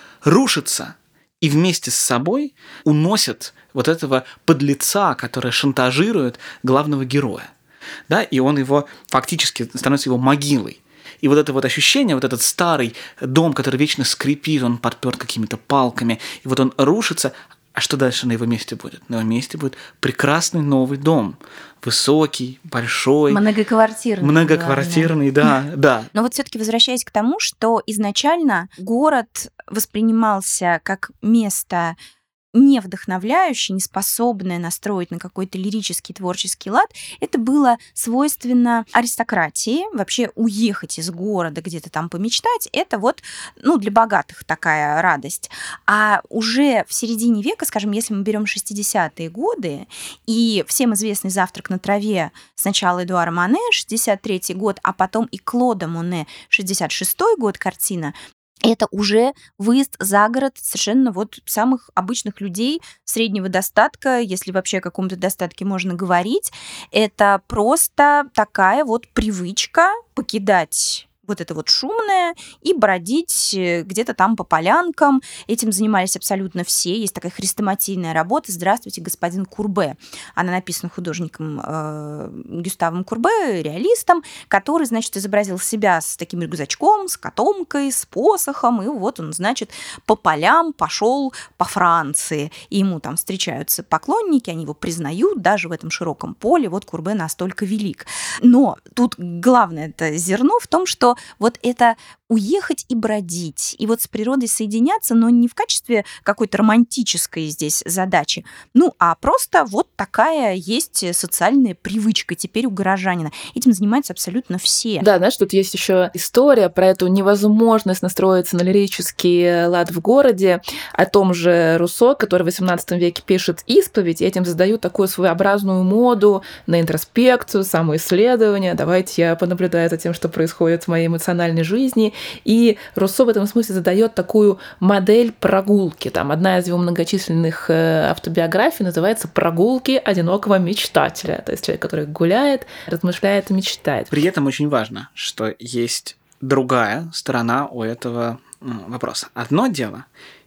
S3: рушится и вместе с собой уносит вот этого подлеца, который шантажирует главного героя. Да, и он его фактически становится его могилой. И вот это вот ощущение, вот этот старый дом, который вечно скрипит, он подперт какими-то палками, и вот он рушится. А что дальше на его месте будет? На его месте будет прекрасный новый дом. Высокий, большой.
S2: Многоквартирный.
S3: Многоквартирный, да, да.
S2: Но вот все-таки возвращаясь к тому, что изначально город воспринимался как место не вдохновляющее, не способное настроить на какой-то лирический творческий лад, это было свойственно аристократии. Вообще уехать из города, где-то там помечтать, это вот, ну, для богатых такая радость. А уже в середине века, скажем, если мы берем шестидесятые годы, и всем известный «Завтрак на траве» сначала Эдуара Моне, шестьдесят третий год, а потом и Клода Моне, шестьдесят шестой год картина, это уже выезд за город совершенно вот самых обычных людей среднего достатка, если вообще о каком-то достатке можно говорить. Это просто такая вот привычка покидать вот это вот шумное и бродить где-то там по полянкам. Этим занимались абсолютно все. Есть такая хрестоматийная работа «Здравствуйте, господин Курбе». Она написана художником э, Гюставом Курбе, реалистом, который, значит, изобразил себя с таким рюкзачком, с котомкой, с посохом, и вот он, значит, по полям пошел по Франции. И ему там встречаются поклонники, они его признают даже в этом широком поле. Вот Курбе настолько велик. Но тут главное это зерно в том, что вот это уехать и бродить, и вот с природой соединяться, но не в качестве какой-то романтической здесь задачи, ну, а просто вот такая есть социальная привычка теперь у горожанина. Этим занимаются абсолютно все.
S1: Да, знаешь, тут есть еще история про эту невозможность настроиться на лирический лад в городе, о том же Руссо, который в восемнадцатом веке пишет «Исповедь», и этим задают такую своеобразную моду на интроспекцию, самоисследование. Давайте я понаблюдаю за тем, что происходит в моей эмоциональной жизни. И Руссо в этом смысле задает такую модель прогулки. Там одна из его многочисленных автобиографий называется «Прогулки одинокого мечтателя». То есть человек, который гуляет, размышляет и мечтает.
S3: При этом очень важно, что есть другая сторона у этого вопроса. Одно дело,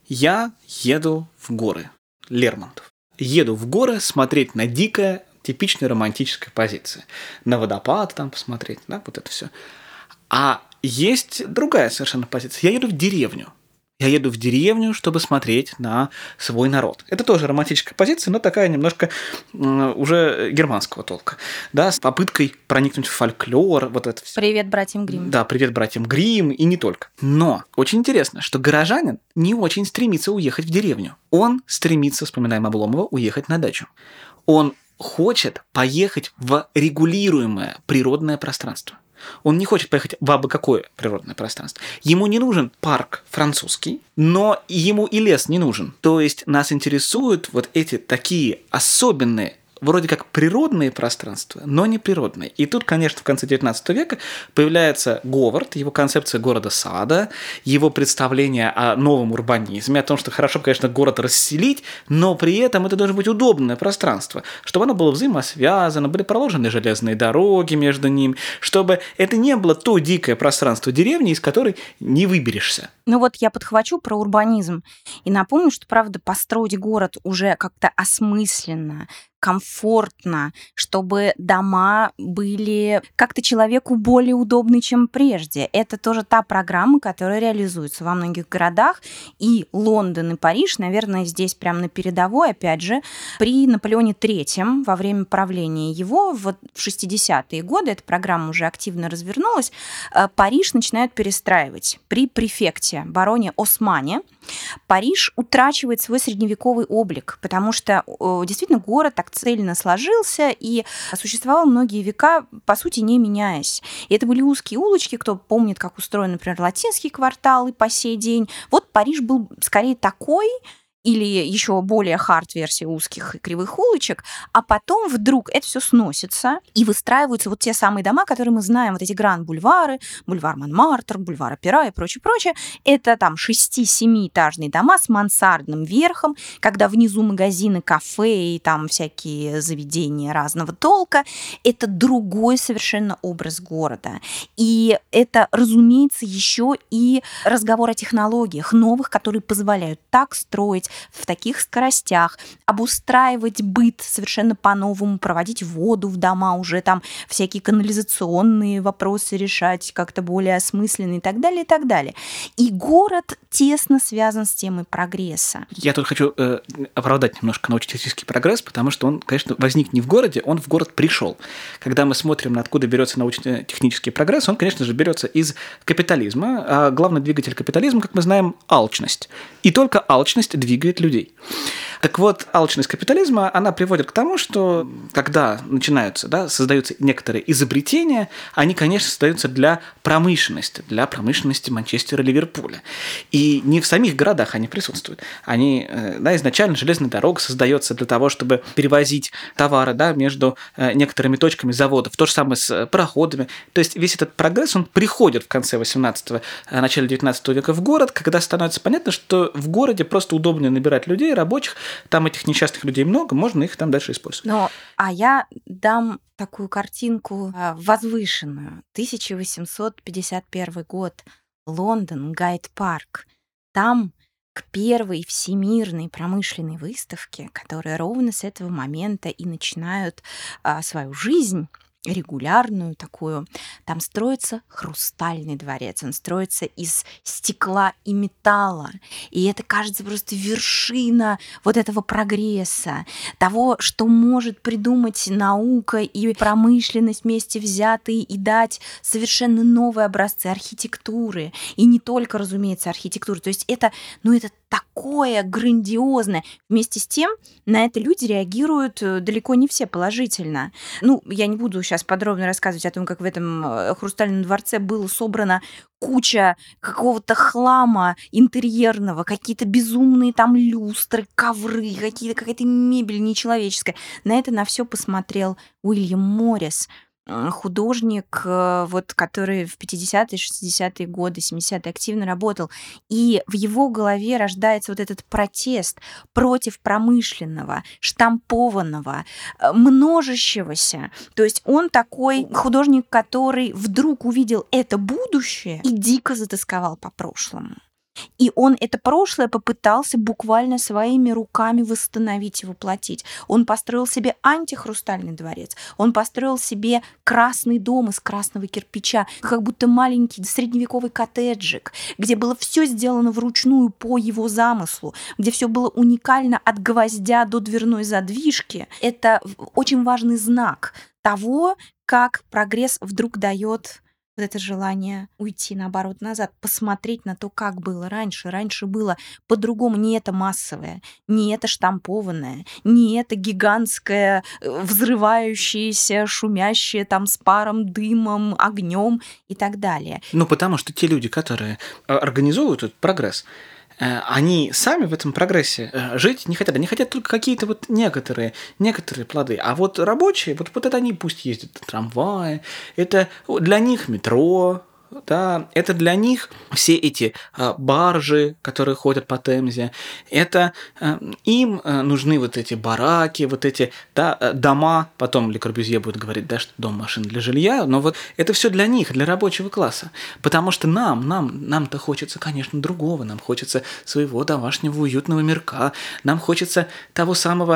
S3: я еду в горы, Лермонтов. Еду в горы смотреть на дикое, типичной романтической позиции. На водопад там посмотреть, да, вот это все. А есть другая совершенно позиция. Я еду в деревню. Я еду в деревню, чтобы смотреть на свой народ. Это тоже романтическая позиция, но такая немножко уже германского толка. Да, с попыткой проникнуть в фольклор. Вот это все.
S2: Привет братьям Гримм.
S3: Да, привет братьям Гримм, и не только. Но очень интересно, что горожанин не очень стремится уехать в деревню. Он стремится, вспоминаем Обломова, уехать на дачу. Он хочет поехать в регулируемое природное пространство. Он не хочет поехать в абы какое природное пространство. Ему не нужен парк французский, но ему и лес не нужен. То есть нас интересуют вот эти такие особенные, вроде как природные пространства, но не природные. И тут, конечно, в конце девятнадцатого века появляется Говард, его концепция города-сада, его представление о новом урбанизме, о том, что хорошо, конечно, город расселить, но при этом это должно быть удобное пространство, чтобы оно было взаимосвязано, были проложены железные дороги между ним, чтобы это не было то дикое пространство деревни, из которой не выберешься.
S2: Ну вот я подхвачу про урбанизм и напомню, что, правда, построить город уже как-то осмысленно, комфортно, чтобы дома были как-то человеку более удобны, чем прежде. Это тоже та программа, которая реализуется во многих городах. И Лондон, и Париж, наверное, здесь прямо на передовой, опять же. При Наполеоне Третьем, во время правления его, вот в шестидесятые годы, эта программа уже активно развернулась, Париж начинают перестраивать. При префекте бароне Османе Париж утрачивает свой средневековый облик, потому что действительно город так цельно сложился и существовал многие века, по сути, не меняясь. И это были узкие улочки, кто помнит, как устроен, например, латинский квартал и по сей день. Вот Париж был скорее такой, или еще более хард-версия узких и кривых улочек, а потом вдруг это все сносится, и выстраиваются вот те самые дома, которые мы знаем, вот эти гранд-бульвары, бульвар Монмартр, бульвар Опера и прочее-прочее. Это там шести-семиэтажные дома с мансардным верхом, когда внизу магазины, кафе и там всякие заведения разного толка. Это другой совершенно образ города. И это, разумеется, еще и разговор о технологиях новых, которые позволяют так строить в таких скоростях, обустраивать быт совершенно по-новому, проводить воду в дома, уже там всякие канализационные вопросы решать как-то более осмысленно и так далее, и так далее. И город тесно связан с темой прогресса.
S3: Я тут хочу э, оправдать немножко научно-технический прогресс, потому что он, конечно, возник не в городе, он в город пришел. Когда мы смотрим, на откуда берется научно-технический прогресс, он, конечно же, берется из капитализма, а главный двигатель капитализма, как мы знаем, алчность. И только алчность двигает людей. Так вот, алчность капитализма, она приводит к тому, что когда начинаются, да, создаются некоторые изобретения, они, конечно, создаются для промышленности, для промышленности Манчестера и Ливерпуля. И не в самих городах они присутствуют. Они, да, изначально железная дорога создается для того, чтобы перевозить товары, да, между некоторыми точками заводов. То же самое с пароходами. То есть весь этот прогресс, он приходит в конце восемнадцатого, начале девятнадцатого века в город, когда становится понятно, что в городе просто удобнее набирать людей, рабочих, там этих несчастных людей много, можно их там дальше использовать.
S2: Но, а я дам такую картинку возвышенную. тысяча восемьсот пятьдесят первый год, Лондон, Гайд-парк. Там к первой всемирной промышленной выставке, которая ровно с этого момента и начинают а, свою жизнь, регулярную такую, там строится хрустальный дворец, он строится из стекла и металла, и это, кажется, просто вершина вот этого прогресса, того, что может придумать наука и промышленность вместе взятые и дать совершенно новые образцы архитектуры, и не только, разумеется, архитектуры, то есть это, ну, это такое грандиозное. Вместе с тем на это люди реагируют далеко не все положительно. Ну, я не буду сейчас подробно рассказывать о том, как в этом хрустальном дворце было собрано куча какого-то хлама интерьерного, какие-то безумные там люстры, ковры, какие-то, какая-то мебель нечеловеческая. На это на все посмотрел Уильям Моррис, художник, вот, который в пятидесятые, шестидесятые годы, семидесятые активно работал. И в его голове рождается вот этот протест против промышленного, штампованного, множащегося. То есть он такой художник, который вдруг увидел это будущее и дико затосковал по прошлому. И он это прошлое попытался буквально своими руками восстановить и воплотить. Он построил себе антихрустальный дворец, он построил себе красный дом из красного кирпича, как будто маленький средневековый коттеджик, где было все сделано вручную по его замыслу, где все было уникально от гвоздя до дверной задвижки. Это очень важный знак того, как прогресс вдруг дает вот это желание уйти, наоборот, назад, посмотреть на то, как было раньше. Раньше было по-другому. Не это массовое, не это штампованное, не это гигантское, взрывающееся, шумящее там с паром, дымом, огнем и так далее.
S3: Ну, потому что те люди, которые организовывают этот прогресс, они сами в этом прогрессе жить не хотят. Они хотят только какие-то вот некоторые, некоторые плоды. А вот рабочие, вот, вот это они пусть ездят в трамвае, это для них метро, да, это для них все эти а, баржи, которые ходят по Темзе, это а, им а, нужны вот эти бараки, вот эти, да, дома, потом Ле Корбюзье будет говорить, да, что дом, машина для жилья, но вот это все для них, для рабочего класса, потому что нам, нам, нам-то хочется, конечно, другого, нам хочется своего домашнего уютного мирка, нам хочется того самого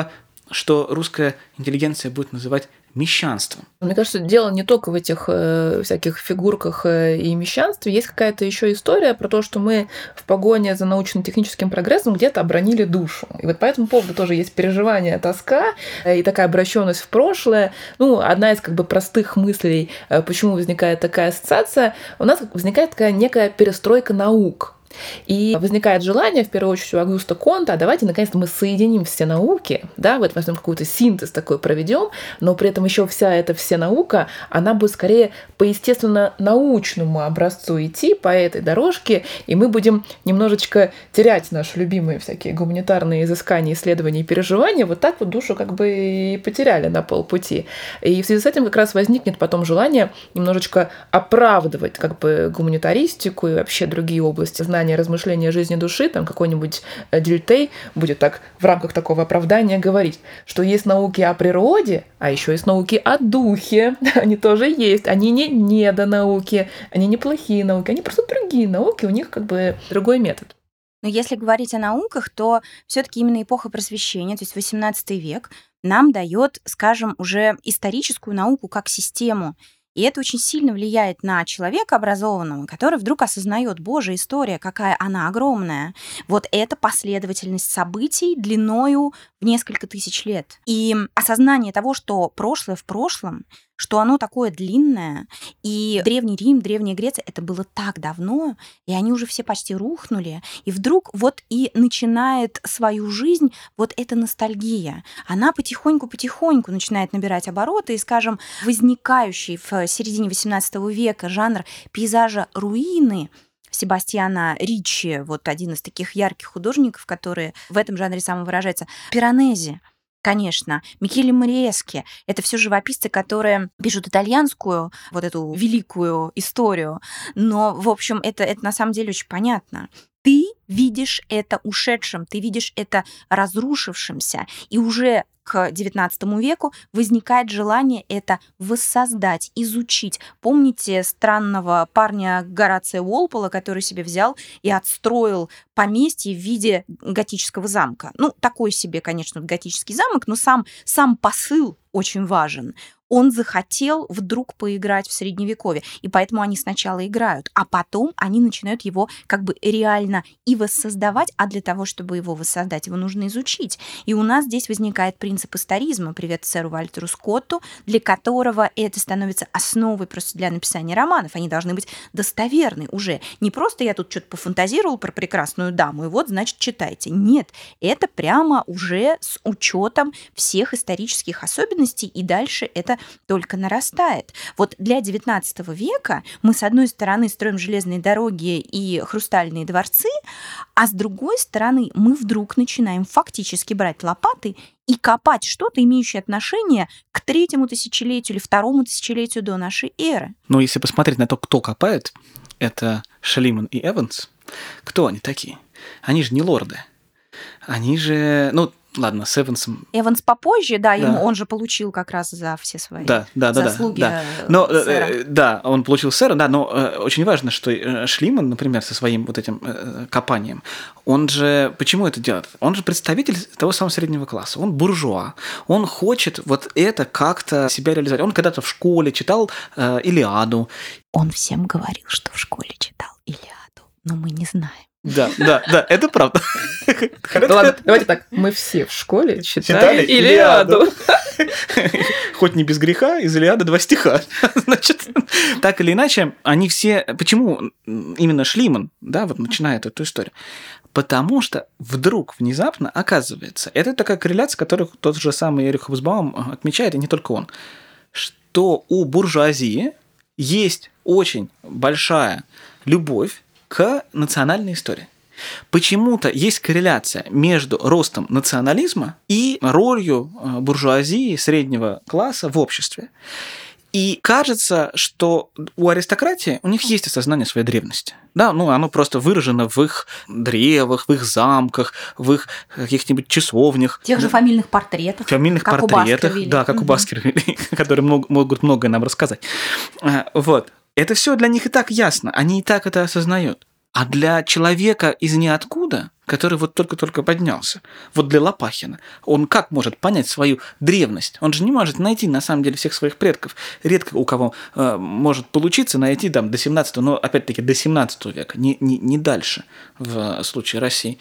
S3: что русская интеллигенция будет называть мещанством.
S1: Мне кажется, дело не только в этих э, всяких фигурках э, и мещанстве. Есть какая-то еще история про то, что мы в погоне за научно-техническим прогрессом где-то обронили душу. И вот по этому поводу тоже есть переживание, тоска э, и такая обращенность в прошлое. Ну, одна из как бы простых мыслей, э, почему возникает такая ассоциация, у нас возникает такая некая перестройка наук. И возникает желание, в первую очередь, у Агуста Конта, а давайте, наконец-то, мы соединим все науки, да, вот возьмем какой-то синтез такой проведем, но при этом еще вся эта вся наука, она будет скорее по естественно-научному образцу идти по этой дорожке, и мы будем немножечко терять наши любимые всякие гуманитарные изыскания, исследования и переживания, вот так вот душу как бы и потеряли на полпути. И в связи с этим как раз возникнет потом желание немножечко оправдывать как бы гуманитаристику и вообще другие области знания, размышления жизни души, там какой-нибудь Дельтей будет так в рамках такого оправдания говорить, что есть науки о природе, а еще есть науки о духе. Они тоже есть. Они не недонауки, они не плохие науки, они просто другие науки, у них как бы другой метод.
S2: Но если говорить о науках, то все-таки именно эпоха Просвещения, то есть восемнадцатый век, нам дает, скажем, уже историческую науку как систему. И это очень сильно влияет на человека образованного, который вдруг осознает, боже, история, какая она огромная. Вот это последовательность событий длиною в несколько тысяч лет. И осознание того, что прошлое в прошлом, что оно такое длинное, и Древний Рим, Древняя Греция, это было так давно, и они уже все почти рухнули, и вдруг вот и начинает свою жизнь вот эта ностальгия. Она потихоньку-потихоньку начинает набирать обороты, и, скажем, возникающий в середине восемнадцатого века жанр пейзажа руины Себастьяна Риччи, вот один из таких ярких художников, которые в этом жанре самовыражаются, Пиранези. Конечно, Микеле Мариески — это все живописцы, которые пишут итальянскую, вот эту великую историю, но, в общем, это, это на самом деле очень понятно. Ты видишь это ушедшим, ты видишь это разрушившимся, и уже к девятнадцатому веку возникает желание это воссоздать, изучить. Помните странного парня Горация Уолпола, который себе взял и отстроил поместье в виде готического замка? Ну, такой себе, конечно, готический замок, но сам, сам посыл очень важен. Он захотел вдруг поиграть в Средневековье, и поэтому они сначала играют, а потом они начинают его как бы реально и воссоздавать, а для того, чтобы его воссоздать, его нужно изучить. И у нас здесь возникает принцип историзма, привет сэру Вальтеру Скотту, для которого это становится основой просто для написания романов. Они должны быть достоверны уже. Не просто я тут что-то пофантазировал про прекрасную даму, и вот, значит, читайте. Нет, это прямо уже с учетом всех исторических особенностей, и дальше это только нарастает. Вот для девятнадцатого века мы, с одной стороны, строим железные дороги и хрустальные дворцы, а с другой стороны, мы вдруг начинаем фактически брать лопаты и копать что-то, имеющее отношение к третьему тысячелетию или второму тысячелетию до нашей эры.
S3: Но если посмотреть на то, кто копает, это Шлиман и Эванс. Кто они такие? Они же не лорды. Они же... ну ладно, с Эвансом...
S2: Эванс попозже, да,
S3: да.
S2: Ему, он же получил как раз за все свои
S3: да, да, да,
S2: заслуги
S3: да, да. Но,
S2: сэра.
S3: Да, он получил сэра, да, но э, очень важно, что э, Шлиман, например, со своим вот этим э, копанием, он же... Почему это делает? Он же представитель того самого среднего класса, он буржуа, он хочет вот это как-то себя реализовать. Он когда-то в школе читал э, Илиаду.
S2: Он всем говорил, что в школе читал Илиаду, но мы не знаем.
S3: Да, да, да, это правда.
S1: Ладно, давайте так. Мы все в школе читали Илиаду.
S3: Хоть не без греха, из Илиады два стиха. Значит, так или иначе, они все... Почему именно Шлиман, да, вот начинает эту историю? Потому что вдруг, внезапно, оказывается, это такая корреляция, которую тот же самый Эрих Хобсбаум отмечает, и не только он, что у буржуазии есть очень большая любовь к национальной истории. Почему-то есть корреляция между ростом национализма и ролью буржуазии среднего класса в обществе. И кажется, что у аристократии у них есть осознание своей древности. Да, ну оно просто выражено в их древах, в их замках, в их каких-нибудь часовнях.
S2: Тех же фамильных портретах.
S3: Фамильных
S2: как
S3: портретах,
S2: у
S3: да, как
S2: угу.
S3: у Баскервилей, которые могут многое нам рассказать. Вот. Это все для них и так ясно, они и так это осознают. А для человека из ниоткуда, который вот только-только поднялся, вот для Лопахина, он как может понять свою древность? Он же не может найти, на самом деле, всех своих предков. Редко у кого э, может получиться найти там, до семнадцатого, но опять-таки до семнадцатого века, не, не, не дальше в случае России.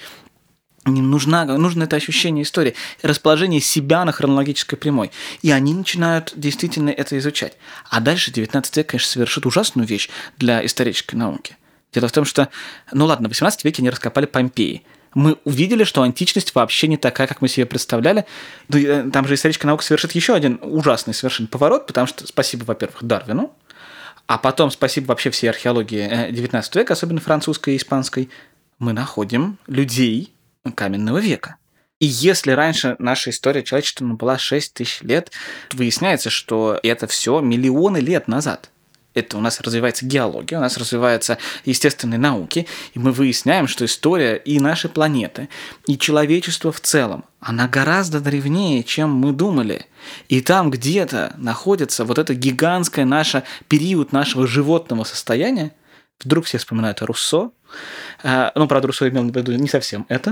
S3: Им нужна, нужно это ощущение истории, расположение себя на хронологической прямой. И они начинают действительно это изучать. А дальше девятнадцатый век, конечно, совершит ужасную вещь для исторической науки. Дело в том, что, ну ладно, в восемнадцатом веке они раскопали Помпеи. Мы увидели, что античность вообще не такая, как мы себе представляли. Там же историческая наука совершит еще один ужасный совершенно поворот, потому что спасибо, во-первых, Дарвину, а потом спасибо вообще всей археологии девятнадцатого века, особенно французской и испанской, мы находим людей каменного века. И если раньше наша история человечества была шесть тысяч лет, то выясняется, что это все миллионы лет назад. Это у нас развивается геология, у нас развиваются естественные науки, и мы выясняем, что история и нашей планеты, и человечества в целом, она гораздо древнее, чем мы думали. И там где-то находится вот это гигантское наше период нашего животного состояния. Вдруг все вспоминают о Руссо. Ну, правда, Руссо имел в виду не совсем это,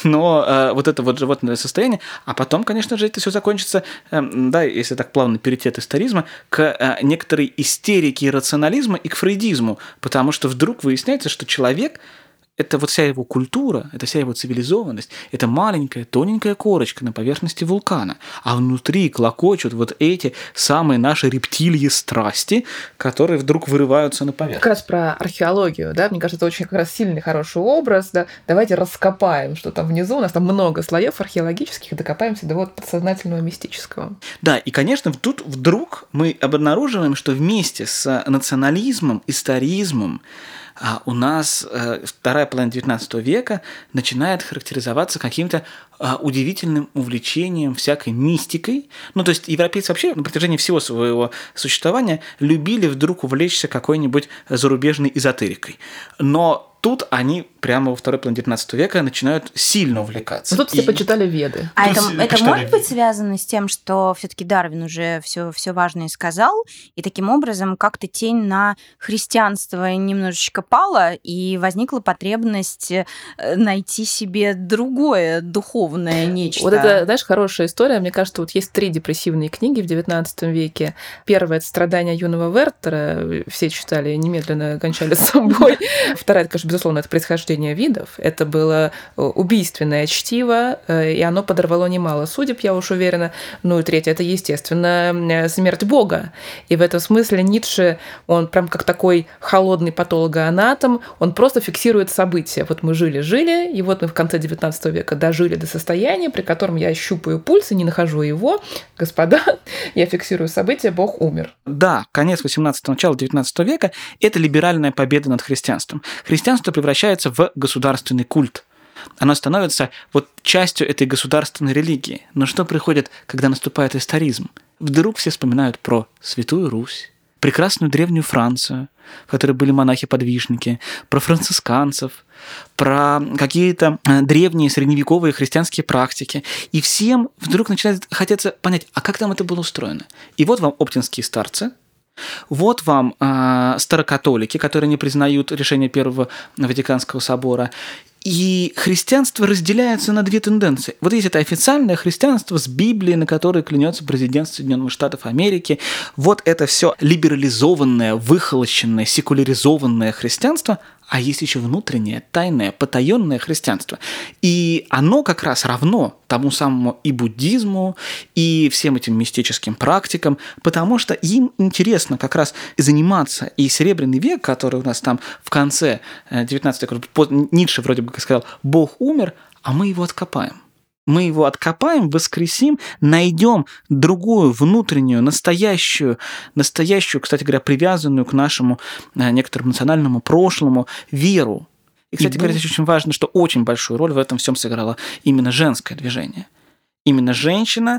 S3: но вот это вот животное состояние. А потом, конечно же, это все закончится, да, если так плавно перейти от историзма, к некоторой истерике рационализма и к фрейдизму, потому что вдруг выясняется, что человек — это вот вся его культура, это вся его цивилизованность, это маленькая, тоненькая корочка на поверхности вулкана, а внутри клокочут вот эти самые наши рептильи страсти, которые вдруг вырываются на поверхность.
S1: Как раз про археологию, да, мне кажется, это очень как раз сильный, хороший образ, да, давайте раскопаем, что там внизу, у нас там много слоев археологических, докопаемся до вот подсознательного мистического.
S3: Да, и, конечно, тут вдруг мы обнаруживаем, что вместе с национализмом, историзмом, а у нас э, вторая половина девятнадцатого века начинает характеризоваться каким-то э, удивительным увлечением всякой мистикой. Ну, то есть европейцы вообще на протяжении всего своего существования любили вдруг увлечься какой-нибудь зарубежной эзотерикой. Но тут они прямо во второй половине девятнадцатого века начинают сильно увлекаться.
S1: Но тут все и... почитали Веды.
S2: А это, это может быть связано с тем, что все-таки Дарвин уже все, все важное сказал, и таким образом как-то тень на христианство немножечко пала, и возникла потребность найти себе другое духовное нечто.
S1: Вот это, знаешь, хорошая история. Мне кажется, вот есть три депрессивные книги в девятнадцатом веке. Первая — это «Страдания юного Вертера». Все читали, немедленно кончали с собой. Вторая — это, конечно, безусловно, это «Происхождение видов». Это было убийственное чтиво, и оно подорвало немало судеб, я уж уверена. Ну и третье — это, естественно, «Смерть Бога». И в этом смысле Ницше, он прям как такой холодный патологоанатом, он просто фиксирует события. Вот мы жили-жили, и вот мы в конце девятнадцатого века дожили до состояния, при котором я щупаю пульс и не нахожу его. Господа, я фиксирую события, Бог умер.
S3: Да, конец восемнадцатого, начало девятнадцатого века – это либеральная победа над христианством. Христианство превращается в государственный культ. Оно становится вот частью этой государственной религии. Но что приходит, когда наступает историзм? Вдруг все вспоминают про Святую Русь, прекрасную древнюю Францию, в которой были монахи-подвижники, про францисканцев, про какие-то древние средневековые христианские практики. И всем вдруг начинает хотеться понять, а как там это было устроено? И вот вам оптинские старцы, вот вам э, старокатолики, которые не признают решение Первого Ватиканского собора. И христианство разделяется на две тенденции. Вот есть это официальное христианство с Библией, на которой клянется президент Соединенных Штатов Америки. Вот это все либерализованное, выхолощенное, секуляризованное христианство, а есть еще внутреннее, тайное, потаенное христианство. И оно как раз равно тому самому и буддизму, и всем этим мистическим практикам, потому что им интересно как раз заниматься. И Серебряный век, который у нас там в конце девятнадцатого века, Ницше вроде бы сказал, Бог умер, а мы его откопаем. Мы его откопаем, воскресим, найдем другую внутреннюю, настоящую, настоящую, кстати говоря, привязанную к нашему некоторому национальному прошлому веру. И, кстати говоря, здесь очень важно, что очень большую роль в этом всем сыграло именно женское движение. Именно женщина,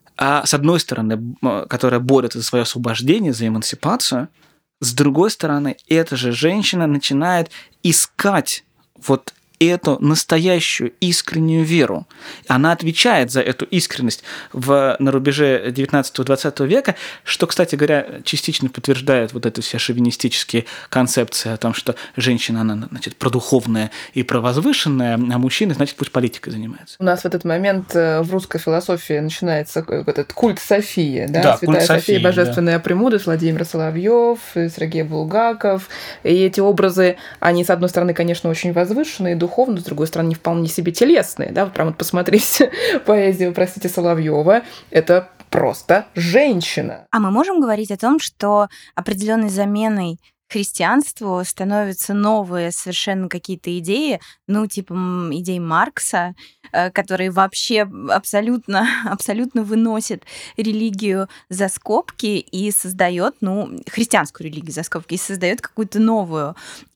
S3: а с одной стороны, которая борется за свое освобождение, за эмансипацию, с другой стороны, эта же женщина начинает искать вот эту настоящую искреннюю веру. Она отвечает за эту искренность в, на рубеже девятнадцатого-двадцатого века, что, кстати говоря, частично подтверждает вот эти все шовинистические концепции о том, что женщина, она, значит, продуховная и провозвышенная, а мужчина, значит, пусть политикой занимается.
S1: У нас в этот момент в русской философии начинается этот культ Софии, да,
S3: да
S1: Святая
S3: культ
S1: София,
S3: Софии,
S1: Божественная
S3: да.
S1: Премудрость, Владимир Соловьев, Сергей Булгаков. И эти образы, они, с одной стороны, конечно, очень возвышенные, духовные, с другой стороны, не вполне себе телесные. Да? Вот прям вот посмотрите поэзию, простите, Соловьева. Это просто женщина.
S2: А мы можем говорить о том, что определенной заменой христианству становятся новые совершенно какие-то идеи, ну, типа идей Маркса, который вообще абсолютно, абсолютно выносит религию за скобки и создает, ну, христианскую религию за скобки, и создает какую-то новую.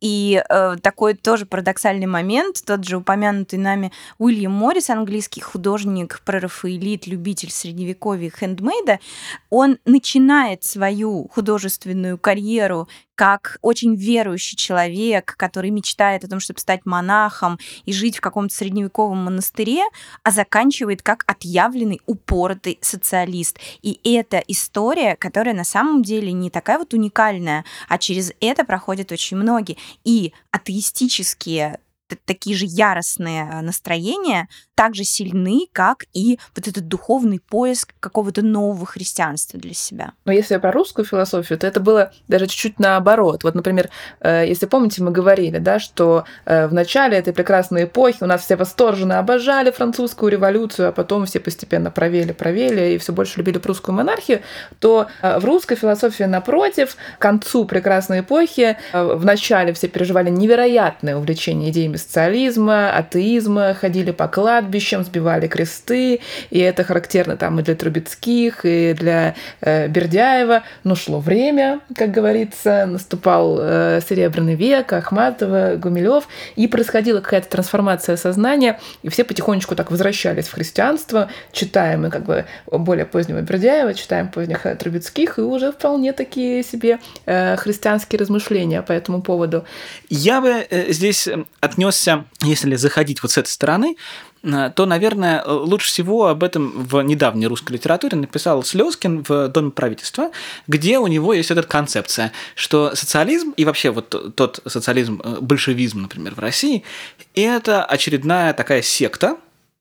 S2: И э, такой тоже парадоксальный момент, тот же упомянутый нами Уильям Моррис, английский художник, прерафаэлит, любитель средневековья и хендмейда, он начинает свою художественную карьеру как очень верующий человек, который мечтает о том, чтобы стать монахом и жить в каком-то средневековом монастыре, а заканчивает как отъявленный, упоротый социалист. И это история, которая на самом деле не такая вот уникальная, а через это проходят очень многие. И атеистические такие же яростные настроения так же сильны, как и вот этот духовный поиск какого-то нового христианства для себя.
S1: Но если про русскую философию, то это было даже чуть-чуть наоборот. Вот, например, если помните, мы говорили, да, что в начале этой прекрасной эпохи у нас все восторженно обожали французскую революцию, а потом все постепенно провели, провели и все больше любили прусскую монархию, то в русской философии, напротив, к концу прекрасной эпохи в начале все переживали невероятное увлечение идеями социализма, атеизма, ходили по кладбищам, сбивали кресты, и это характерно там и для Трубецких, и для э, Бердяева. Но шло время, как говорится, наступал э, Серебряный век, Ахматова, Гумилев, и происходила какая-то трансформация сознания, и все потихонечку так возвращались в христианство, читаем мы как бы более позднего Бердяева, читаем поздних Трубецких, и уже вполне такие себе э, христианские размышления по этому поводу.
S3: Я бы э, здесь отнес, если заходить вот с этой стороны, то, наверное, лучше всего об этом в недавней русской литературе написал Слезкин в «Доме правительства», где у него есть эта концепция, что социализм и вообще вот тот социализм, большевизм, например, в России, это очередная такая секта,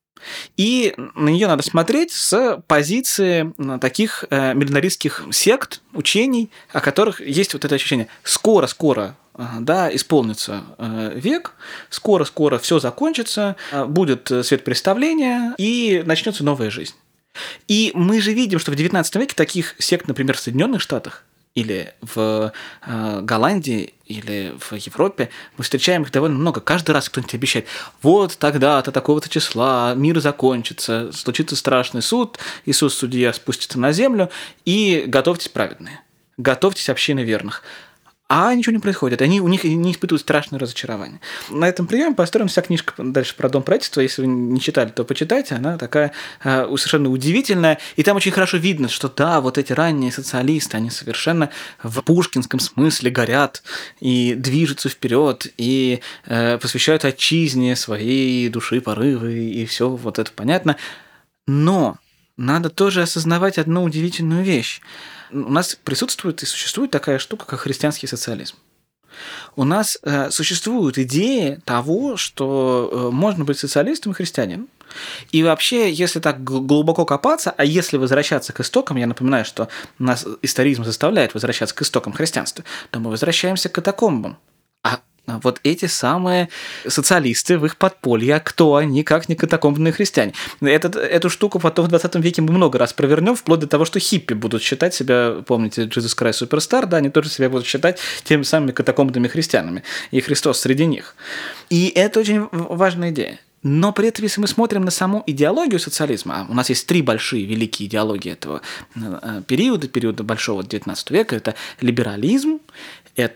S3: и на нее надо смотреть с позиции таких миллинаристских сект, учений, о которых есть вот это ощущение «скоро-скоро». Да, исполнится век, скоро-скоро все закончится, будет свет представления, и начнется новая жизнь. И мы же видим, что в девятнадцатом веке таких сект, например, в Соединенных Штатах или в Голландии, или в Европе, мы встречаем их довольно много. Каждый раз кто-нибудь обещает, вот тогда-то, такого-то числа, мир закончится, случится страшный суд, Иисус Судья спустится на землю, и готовьтесь, праведные, готовьтесь, общины верных. А ничего не происходит. Они, у них не испытывают страшное разочарование. На этом приеме построена вся книжка дальше про Дом правительства. Если вы не читали, то почитайте. Она такая э, совершенно удивительная. И там очень хорошо видно, что да, вот эти ранние социалисты, они совершенно в пушкинском смысле горят и движутся вперед и э, посвящают отчизне своей души, порывы, и все вот это понятно. Но надо тоже осознавать одну удивительную вещь. У нас присутствует и существует такая штука, как христианский социализм. У нас э, существуют идеи того, что э, можно быть социалистом и христианином. И вообще, если так глубоко копаться, а если возвращаться к истокам, я напоминаю, что нас историзм заставляет возвращаться к истокам христианства, то мы возвращаемся к катакомбам. А вот эти самые социалисты в их подполье, кто они, как не катакомбные христиане. Этот, эту штуку потом в двадцатом веке мы много раз провернем, вплоть до того, что хиппи будут считать себя, помните, Jesus Christ Superstar, да, они тоже себя будут считать теми самыми катакомбными христианами, и Христос среди них. И это очень важная идея. Но при этом, если мы смотрим на саму идеологию социализма, у нас есть три большие великие идеологии этого периода, периода большого девятнадцатого века, это либерализм, это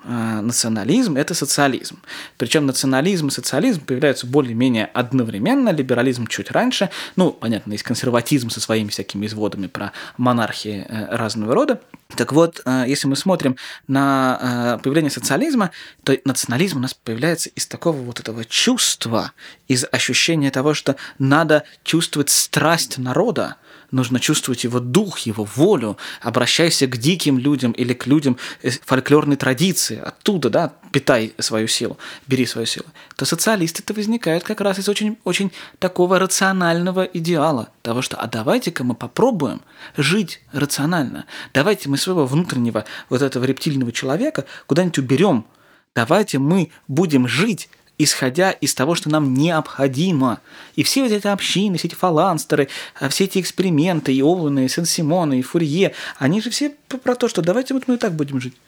S3: э, национализм – это социализм. Причем национализм и социализм появляются более-менее одновременно, либерализм чуть раньше. Ну, понятно, есть консерватизм со своими всякими изводами про монархии э, разного рода. Так вот, э, если мы смотрим на э, появление социализма, то национализм у нас появляется из такого вот этого чувства, из ощущения того, что надо чувствовать страсть народа, нужно чувствовать его дух, его волю, обращайся к диким людям или к людям фольклорной традиции, оттуда, да, питай свою силу, бери свою силу. То социалисты-то возникают как раз из очень, очень такого рационального идеала, того, что а давайте-ка мы попробуем жить рационально, давайте мы своего внутреннего вот этого рептильного человека куда-нибудь уберем, давайте мы будем жить исходя из того, что нам необходимо. И все вот эти общины, все эти фаланстеры, все эти эксперименты, и Оуэна, и Сен-Симона, и Фурье, они же все про то, что давайте вот мы и так будем жить.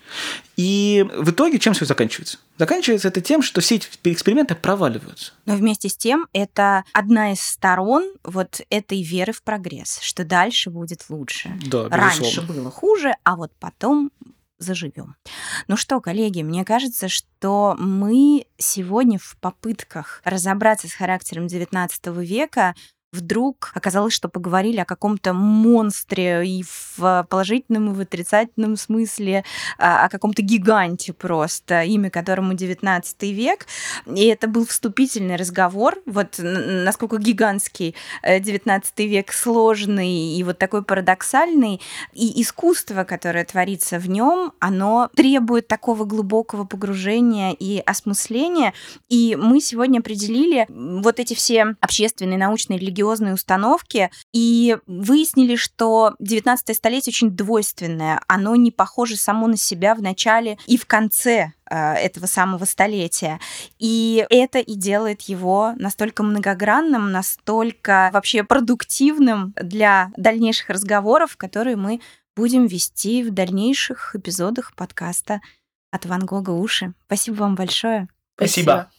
S3: И в итоге чем все заканчивается? Заканчивается это тем, что все эти эксперименты проваливаются.
S2: Но вместе с тем это одна из сторон вот этой веры в прогресс, что дальше будет лучше.
S3: Да, безусловно.
S2: Раньше было хуже, а вот потом заживем. Ну что, коллеги, мне кажется, что мы сегодня в попытках разобраться с характером девятнадцатого века вдруг оказалось, что поговорили о каком-то монстре и в положительном, и в отрицательном смысле, о каком-то гиганте просто, имя которому девятнадцатый век. И это был вступительный разговор, вот насколько гигантский девятнадцатый век сложный и вот такой парадоксальный. И искусство, которое творится в нем, оно требует такого глубокого погружения и осмысления. И мы сегодня определили вот эти все общественные, научные, религиозные установки и выяснили, что девятнадцатое столетие очень двойственное. Оно не похоже само на себя в начале и в конце э, этого самого столетия. И это и делает его настолько многогранным, настолько вообще продуктивным для дальнейших разговоров, которые мы будем вести в дальнейших эпизодах подкаста «От Ван Гога уши». Спасибо вам большое.
S3: Спасибо.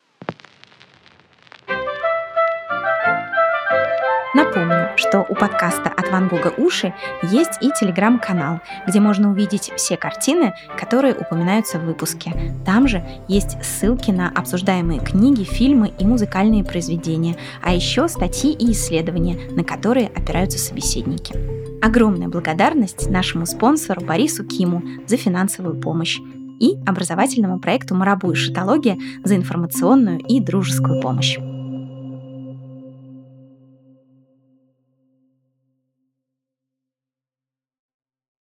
S2: Напомню, что у подкаста «От Ван Гога уши» есть и телеграм-канал, где можно увидеть все картины, которые упоминаются в выпуске. Там же есть ссылки на обсуждаемые книги, фильмы и музыкальные произведения, а еще статьи и исследования, на которые опираются собеседники. Огромная благодарность нашему спонсору Борису Киму за финансовую помощь и образовательному проекту «Марабу и шитология» за информационную и дружескую помощь.